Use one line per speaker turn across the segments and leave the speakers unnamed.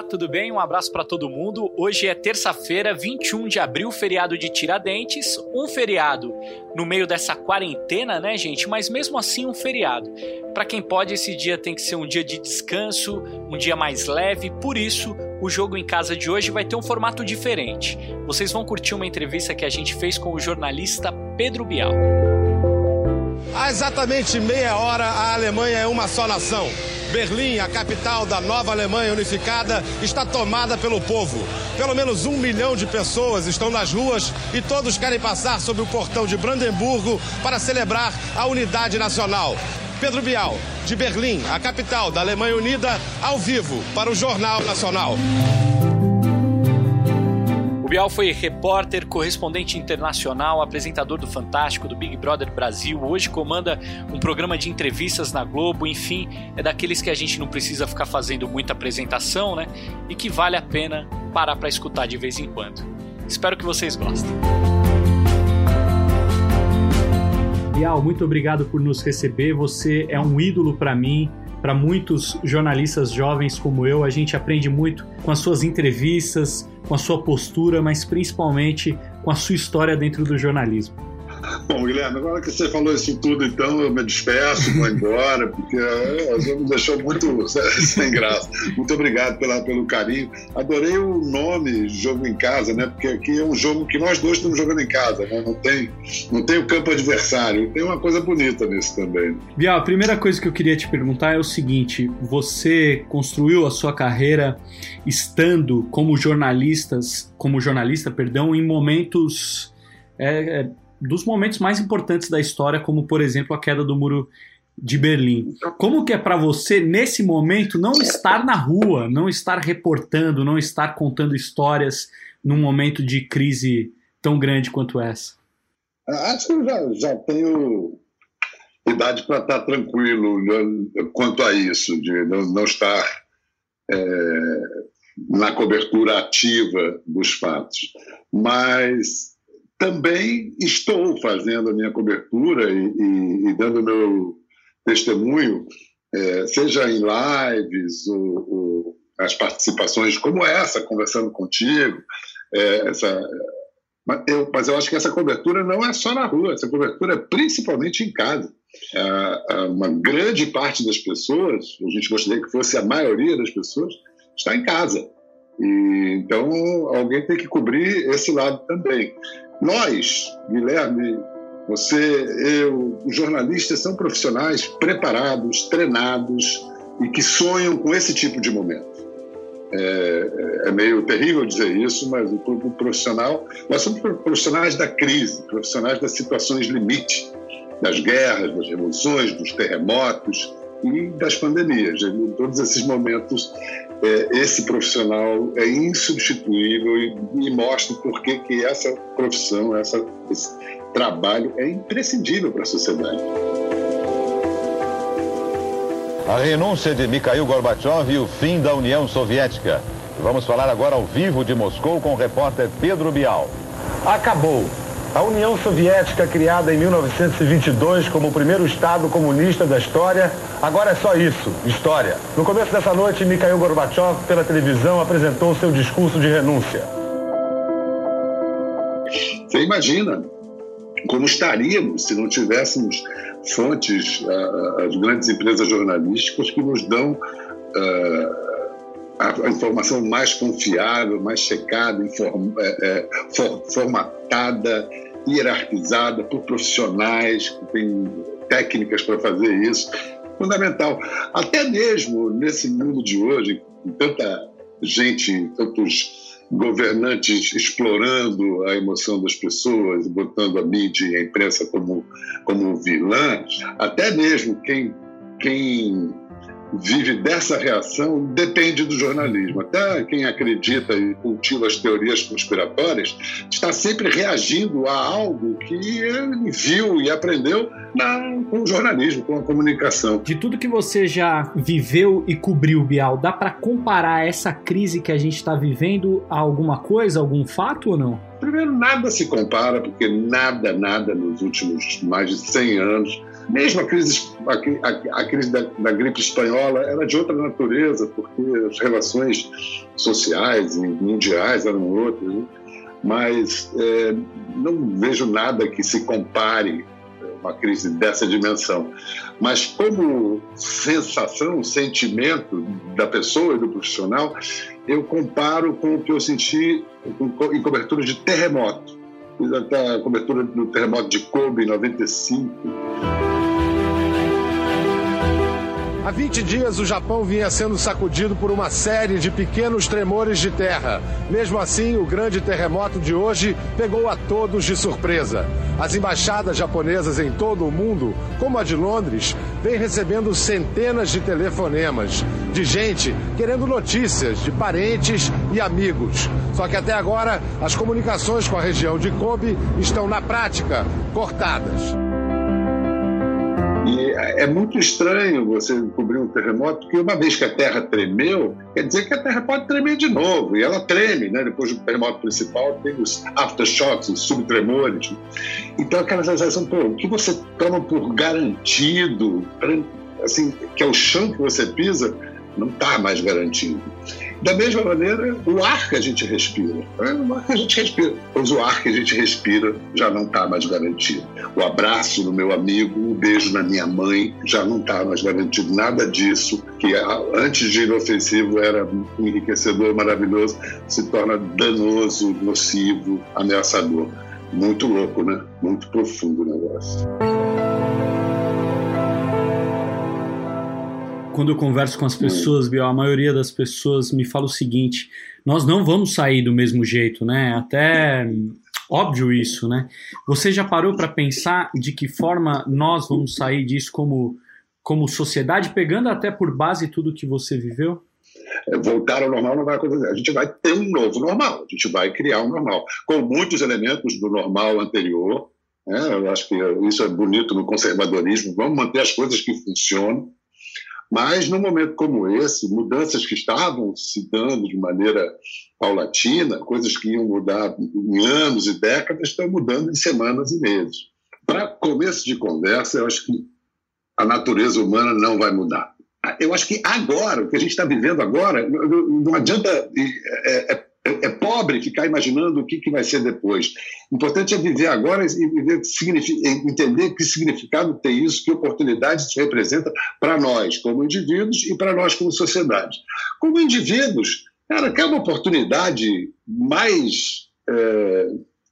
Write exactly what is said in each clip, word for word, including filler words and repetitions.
Olá, tudo bem? Um abraço para todo mundo. Hoje é terça-feira, vinte e um de abril, feriado de Tiradentes. Um feriado no meio dessa quarentena, né, gente? Mas mesmo assim um feriado. Para quem pode, esse dia tem que ser um dia de descanso, um dia mais leve. Por isso, o Jogo em Casa de hoje vai ter um formato diferente. Vocês vão curtir uma entrevista que a gente fez com o jornalista Pedro Bial.
Há exatamente meia hora, a Alemanha é uma só nação. Berlim, a capital da nova Alemanha unificada, está tomada pelo povo. Pelo menos um milhão de pessoas estão nas ruas e todos querem passar sob o portão de Brandemburgo para celebrar a unidade nacional. Pedro Bial, de Berlim, a capital da Alemanha Unida, ao vivo para o Jornal Nacional.
Bial foi repórter, correspondente internacional, apresentador do Fantástico, do Big Brother Brasil, hoje comanda um programa de entrevistas na Globo, enfim, é daqueles que a gente não precisa ficar fazendo muita apresentação, né? E que vale a pena parar para escutar de vez em quando. Espero que vocês gostem. Bial, muito obrigado por nos receber, você é um ídolo para mim. Para muitos jornalistas jovens como eu, a gente aprende muito com as suas entrevistas, com a sua postura, mas principalmente com a sua história dentro do jornalismo.
Bom, Guilherme, agora que você falou isso tudo, então eu me despeço, vou embora, porque você me deixou muito sem graça. Muito obrigado pela, pelo carinho. Adorei o nome Jogo em Casa, né? Porque aqui é um jogo que nós dois estamos jogando em casa, né? Não tem, não tem o campo adversário. Tem uma coisa bonita nisso também.
Bial, a primeira coisa que eu queria te perguntar é o seguinte: você construiu a sua carreira estando como jornalistas, como jornalista, perdão, em momentos é, é, dos momentos mais importantes da história, como, por exemplo, a queda do Muro de Berlim. Como que é para você, nesse momento, não estar na rua, não estar reportando, não estar contando histórias num momento de crise tão grande quanto essa?
Acho que eu já, já tenho idade para estar tranquilo quanto a isso, de não, não estar é, na cobertura ativa dos fatos. Mas também estou fazendo a minha cobertura e, e, e dando meu testemunho, é, seja em lives ou, ou as participações como essa, conversando contigo. É, essa, mas, eu, mas eu acho que essa cobertura não é só na rua, essa cobertura é principalmente em casa. É, uma grande parte das pessoas, a gente gostaria que fosse a maioria das pessoas, está em casa. E, então, alguém tem que cobrir esse lado também. Nós, Guilherme, você, eu, os jornalistas são profissionais preparados, treinados e que sonham com esse tipo de momento. É, é meio terrível dizer isso, mas o, o profissional, nós somos profissionais da crise, profissionais das situações limite, das guerras, das revoluções, dos terremotos e das pandemias. Em todos esses momentos, é, esse profissional é insubstituível e, e mostra por que que essa profissão, essa, esse trabalho é imprescindível para a sociedade.
A renúncia de Mikhail Gorbachev e o fim da União Soviética. Vamos falar agora ao vivo de Moscou com o repórter Pedro Bial.
Acabou. A União Soviética, criada em mil novecentos e vinte e dois como o primeiro Estado comunista da história, agora é só isso, história. No começo dessa noite, Mikhail Gorbachev, pela televisão, apresentou seu discurso de renúncia.
Você imagina como estaríamos se não tivéssemos fontes, as grandes empresas jornalísticas que nos dão uh, a informação mais confiável, mais checada, inform, é, for, formatada, hierarquizada por profissionais que têm técnicas para fazer isso. Fundamental. Até mesmo nesse mundo de hoje, com tanta gente, tantos governantes explorando a emoção das pessoas, botando a mídia e a imprensa como, como vilã, até mesmo quem, quem vive dessa reação depende do jornalismo. Até quem acredita e cultiva as teorias conspiratórias está sempre reagindo a algo que ele viu e aprendeu na, com o jornalismo, com a comunicação.
De tudo que você já viveu e cobriu, Bial, dá para comparar essa crise que a gente está vivendo a alguma coisa, algum fato ou não?
Primeiro, nada se compara, porque nada, nada nos últimos mais de cem anos Mesmo a crise, a, a, a crise da, da gripe espanhola era de outra natureza, porque as relações sociais e mundiais eram outras, né? Mas é, não vejo nada que se compare a uma crise dessa dimensão. Mas como sensação, sentimento da pessoa e do profissional, eu comparo com o que eu senti em cobertura de terremoto. Fiz até a cobertura do terremoto de Kobe em noventa e cinco.
Há vinte dias, o Japão vinha sendo sacudido por uma série de pequenos tremores de terra. Mesmo assim, o grande terremoto de hoje pegou a todos de surpresa. As embaixadas japonesas em todo o mundo, como a de Londres, vêm recebendo centenas de telefonemas de gente querendo notícias de parentes e amigos. Só que até agora, as comunicações com a região de Kobe estão, na prática, cortadas.
E é muito estranho você cobrir um terremoto, porque uma vez que a Terra tremeu, quer dizer que a Terra pode tremer de novo, e ela treme, né? Depois do terremoto principal tem os aftershocks, os subtremores. Então aquela sensação, pô, o que você toma por garantido, assim, que é o chão que você pisa, não está mais garantido. Da mesma maneira, o ar que a gente respira, o ar que a gente respira, pois o ar que a gente respira já não está mais garantido. O abraço do meu amigo, o beijo na minha mãe, já não está mais garantido. Nada disso, que antes de inofensivo era enriquecedor, maravilhoso, se torna danoso, nocivo, ameaçador. Muito louco, né? Muito profundo o negócio.
Quando eu converso com as pessoas, Bial, a maioria das pessoas me fala o seguinte: nós não vamos sair do mesmo jeito, né? Até óbvio isso, né? Você já parou para pensar de que forma nós vamos sair disso como, como sociedade, pegando até por base tudo que você viveu?
Voltar ao normal não vai acontecer. A gente vai ter um novo normal, a gente vai criar um normal, com muitos elementos do normal anterior, né? Eu acho que isso é bonito no conservadorismo. Vamos manter as coisas que funcionam. Mas, num momento como esse, mudanças que estavam se dando de maneira paulatina, coisas que iam mudar em anos e décadas, estão mudando em semanas e meses. Para começo de conversa, eu acho que a natureza humana não vai mudar. Eu acho que agora, o que a gente está vivendo agora, não adianta... É, é, É pobre ficar imaginando o que, que vai ser depois. O importante é viver agora e viver, entender que significado tem isso, que oportunidade isso representa para nós como indivíduos e para nós como sociedade. Como indivíduos, cara, quer uma oportunidade mais é,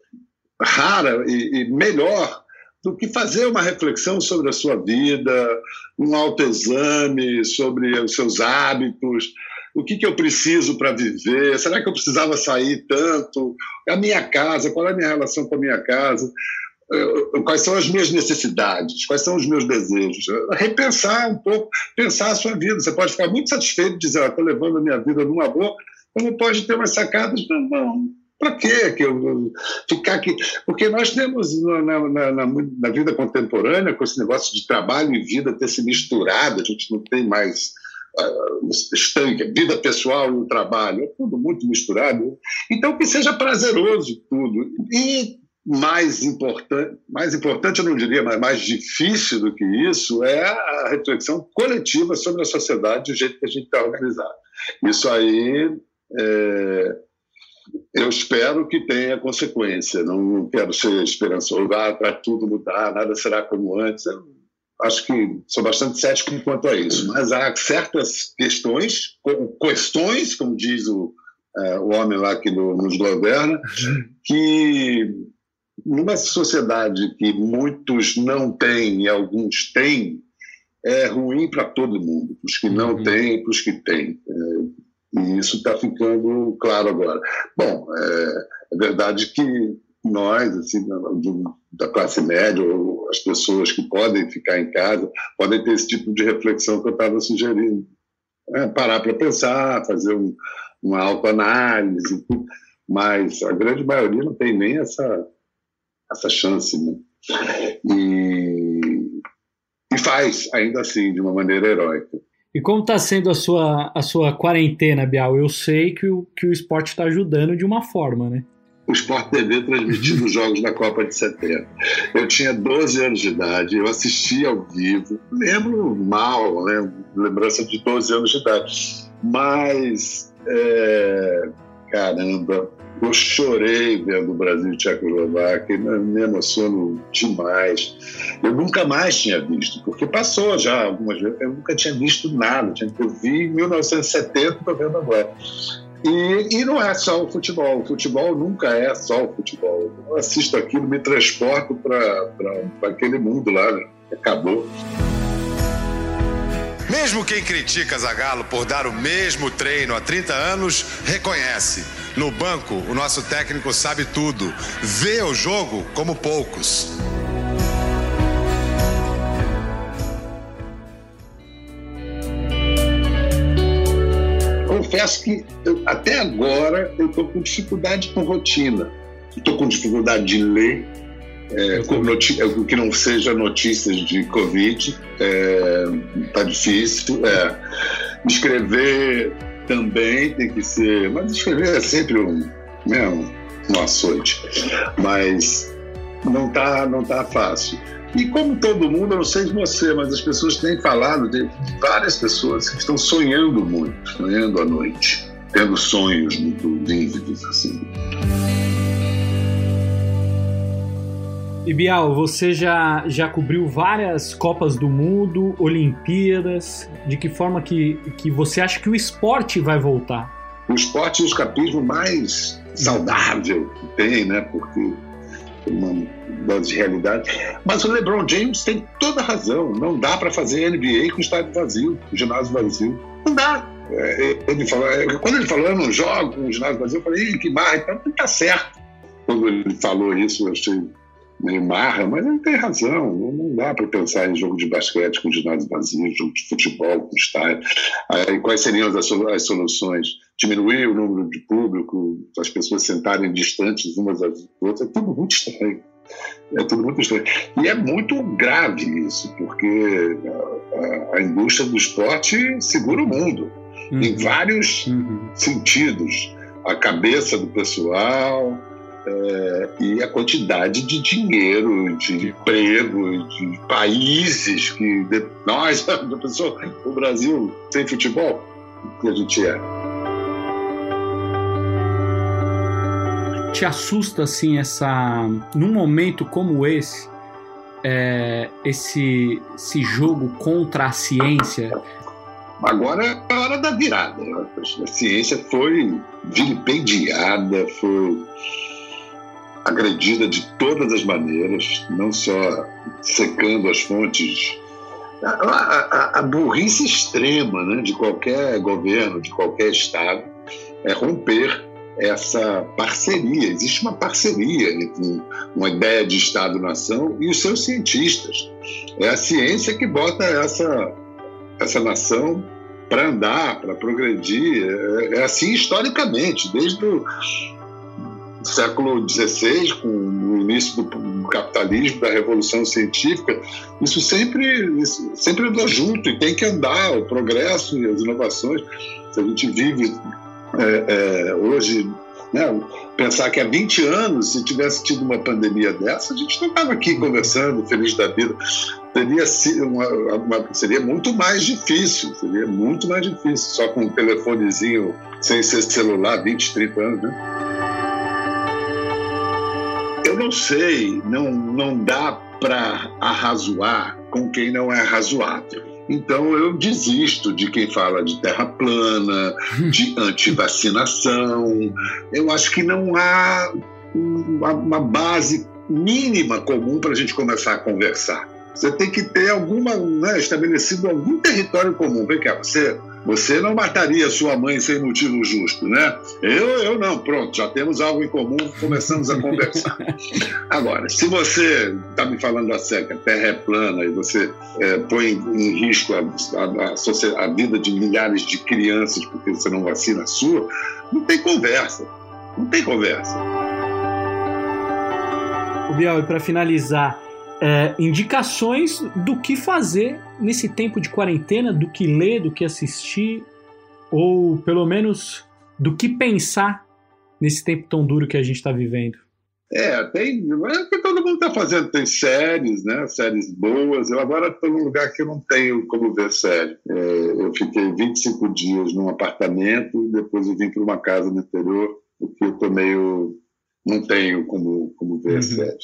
rara e, e melhor do que fazer uma reflexão sobre a sua vida, um autoexame sobre os seus hábitos. O que, que eu preciso para viver? Será que eu precisava sair tanto? A minha casa, qual é a minha relação com a minha casa? Quais são as minhas necessidades? Quais são os meus desejos? Repensar um pouco, pensar a sua vida. Você pode ficar muito satisfeito de dizer, estou ah, levando a minha vida numa boa, como pode ter umas sacadas, não, não. Para quê que eu ficar aqui? Porque nós temos na, na, na, na vida contemporânea, com esse negócio de trabalho e vida ter se misturado, a gente não tem mais... estanque, vida pessoal e o trabalho, é tudo muito misturado. Então que seja prazeroso tudo. E mais importante, mais importante eu não diria, mas mais difícil do que isso é a reflexão coletiva sobre a sociedade do jeito que a gente está organizado. Isso aí é, eu espero que tenha consequência. Não quero ser esperançoso, ah, para tudo mudar, nada será como antes. Eu, acho que sou bastante cético quanto a isso, mas há certas questões, questões, como diz o, é, o homem lá que nos governa, que numa sociedade que muitos não têm e alguns têm, é ruim para todo mundo, para os que não uhum. têm e para os que têm. É, e isso está ficando claro agora. Bom, é, é verdade que nós, assim, da classe média, ou as pessoas que podem ficar em casa, podem ter esse tipo de reflexão que eu estava sugerindo. É, parar para pensar, fazer um, uma autoanálise, mas a grande maioria não tem nem essa, essa chance, né? E, e faz, ainda assim, de uma maneira heróica.
E como está sendo a sua, a sua quarentena, Bial? Eu sei que o, que o esporte está ajudando de uma forma, né?
o Sport T V transmitindo os jogos da Copa de setenta. Eu tinha doze anos de idade, eu assistia ao vivo, lembro mal, né? Lembrança de doze anos de idade, mas, é, caramba, eu chorei vendo o Brasil e Tchecoslováquia, me emociono demais. Eu nunca mais tinha visto, porque passou já algumas vezes, eu nunca tinha visto nada, eu vi em mil novecentos e setenta, estou vendo agora. E, e não é só o futebol, o futebol nunca é só o futebol. Eu assisto aquilo, me transporto para aquele mundo lá, né? Acabou.
Mesmo quem critica Zagallo por dar o mesmo treino há trinta anos, reconhece. No banco, o nosso técnico sabe tudo. Vê o jogo como poucos.
Confesso que eu, até agora eu estou com dificuldade com rotina. Estou com dificuldade de ler, é, com noti- que não seja notícias de Covid. Está é, difícil. É. Escrever também tem que ser... Mas escrever é sempre um, né, um, um açoite. Mas não está não tá fácil. E como todo mundo, eu não sei de você, mas as pessoas têm falado, de várias pessoas que estão sonhando muito, sonhando à noite, tendo sonhos muito vívidos, assim.
E Bial, você já, já cobriu várias Copas do Mundo, Olimpíadas. De que forma que, que você acha que o esporte vai voltar?
O esporte é o escapismo mais saudável que tem, né? Porque uma dose de realidade. Mas o LeBron James tem toda a razão. Não dá para fazer N B A com estádio vazio, com ginásio vazio. Não dá. Ele falou, quando ele falou, eu não jogo com ginásio vazio, eu falei, que marra, então tá certo. Quando ele falou isso, eu achei meio marra, mas ele tem razão. Não dá para pensar em jogo de basquete com ginásio vazio, jogo de futebol com estádio. Aí, quais seriam as, as soluções? Diminuir o número de público, as pessoas sentarem distantes umas das outras, é tudo muito estranho. É tudo muito estranho. E é muito grave isso, porque a, a indústria do esporte segura o mundo, uhum. em vários uhum. sentidos. A cabeça do pessoal, é, e a quantidade de dinheiro, de emprego, de países que... De, nós, já pensou, o Brasil sem futebol, o que a gente é.
Te assusta, assim, essa... Num momento como esse, é, esse, esse jogo contra a ciência...
Agora é a hora da virada. A ciência foi vilipendiada, foi agredida de todas as maneiras, não só secando as fontes. A, a, a burrice extrema, né, de qualquer governo, de qualquer Estado, é romper essa parceria. Existe uma parceria entre uma ideia de Estado-nação e os seus cientistas. É a ciência que bota essa, essa nação para andar, para progredir. É, é assim historicamente, desde o século dezesseis, com o início do capitalismo, da Revolução Científica. Isso sempre, isso sempre andou junto e tem que andar, o progresso e as inovações. Se a gente vive é, é, hoje, né, pensar que há vinte anos, se tivesse tido uma pandemia dessa, a gente não estava aqui conversando, feliz da vida. Teria sido uma, uma, seria muito mais difícil, seria muito mais difícil, só com um telefonezinho sem ser celular, vinte, trinta anos, né? Eu não sei, não, não dá para arrazoar com quem não é razoável. Então eu desisto de quem fala de terra plana, de antivacinação. Eu acho que não há uma, uma base mínima comum para a gente começar a conversar. Você tem que ter alguma, né, estabelecido algum território comum. Vem cá, você, você não mataria sua mãe sem motivo justo, né? Eu, eu não, pronto, já temos algo em comum, começamos a conversar. Agora, se você está me falando a sério que a Terra é plana e você é, põe em risco a, a, a vida de milhares de crianças porque você não vacina a sua, não tem conversa, não tem conversa.
Bial, e para finalizar, É, indicações do que fazer nesse tempo de quarentena, do que ler, do que assistir, ou pelo menos do que pensar nesse tempo tão duro que a gente está vivendo?
É, tem, é que todo mundo está fazendo, tem séries, né, séries boas. Eu agora estou num lugar que eu não tenho como ver série. É, eu fiquei vinte e cinco dias num apartamento e depois eu vim para uma casa no interior, porque eu tô meio, não tenho como, como ver uhum. série.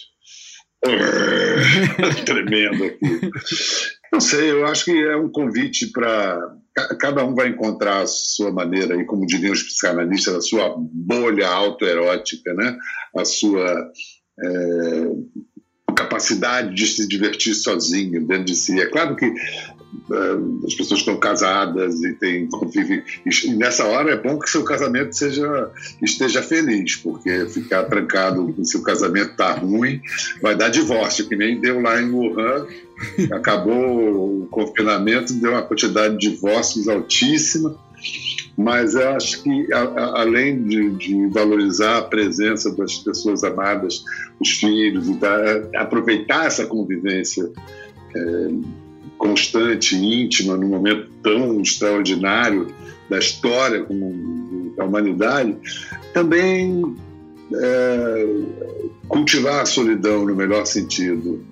Tremendo aqui. Não sei, eu acho que é um convite para... Cada um vai encontrar a sua maneira, e como diriam os psicanalistas, a sua bolha autoerótica, né? A sua é, capacidade de se divertir sozinho, dentro de si. É claro que é, as pessoas estão casadas e têm convivem, e nessa hora é bom que seu casamento seja, esteja feliz, porque ficar trancado se o casamento está ruim vai dar divórcio, que nem deu lá em Wuhan. Acabou o confinamento, deu uma quantidade de divórcios altíssima, mas eu acho que a, a, além de, de valorizar a presença das pessoas amadas, os filhos, e da, aproveitar essa convivência é, constante, íntima, num momento tão extraordinário da história como da humanidade, também é, cultivar a solidão no melhor sentido.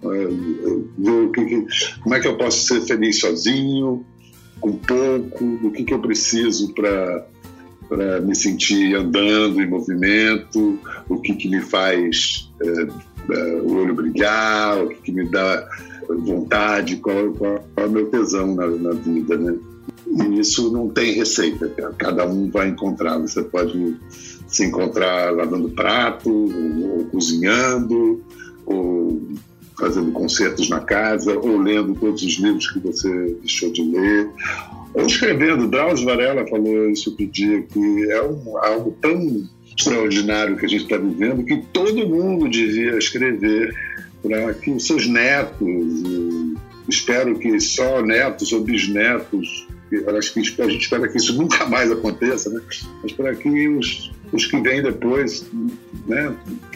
Como é que eu posso ser feliz sozinho, com pouco, do que, que eu preciso para para me sentir andando em movimento, o que, que me faz é, é, o olho brilhar, o que, que me dá vontade, qual, qual é o meu tesão na, na vida, né? E isso não tem receita, cada um vai encontrar. Você pode se encontrar lavando prato, ou, ou cozinhando, ou fazendo concertos na casa, ou lendo todos os livros que você deixou de ler, ou escrevendo. Drauzio Varela falou isso outro dia, que é um, algo tão extraordinário que a gente está vivendo, que todo mundo devia escrever para que os seus netos, e espero que só netos ou bisnetos, eu acho que a gente espera que isso nunca mais aconteça, né? Mas para que os, os que vêm depois, né,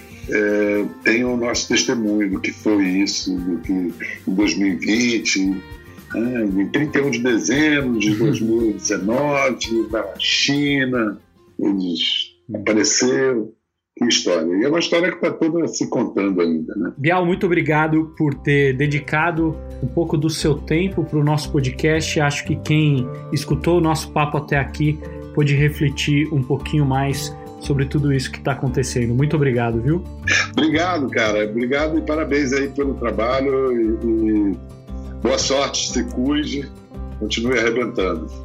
é, tenham o nosso testemunho do que foi isso, do que em dois mil e vinte, né, em trinta e um de dezembro de dois mil e dezenove, na China, eles apareceram. Que história. E é uma história que está toda se contando ainda, né?
Bial, muito obrigado por ter dedicado um pouco do seu tempo para o nosso podcast. Acho que quem escutou o nosso papo até aqui pôde refletir um pouquinho mais sobre tudo isso que está acontecendo. Muito obrigado, viu?
Obrigado, cara. Obrigado e parabéns aí pelo trabalho e, e boa sorte, se cuide, continue arrebentando.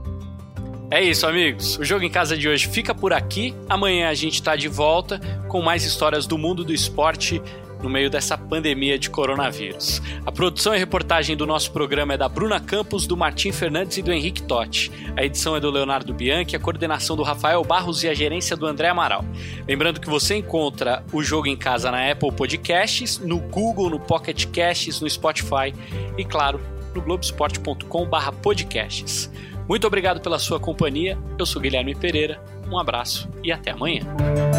É isso, amigos. O Jogo em Casa de hoje fica por aqui. Amanhã a gente está de volta com mais histórias do mundo do esporte no meio dessa pandemia de coronavírus. A produção e reportagem do nosso programa é da Bruna Campos, do Martim Fernandes e do Henrique Totti. A edição é do Leonardo Bianchi, a coordenação do Rafael Barros e a gerência do André Amaral. Lembrando que você encontra o Jogo em Casa na Apple Podcasts, no Google, no Pocket Casts, no Spotify e, claro, no globesport ponto com barra podcasts. Muito obrigado pela sua companhia. Eu sou Guilherme Pereira. Um abraço e até amanhã.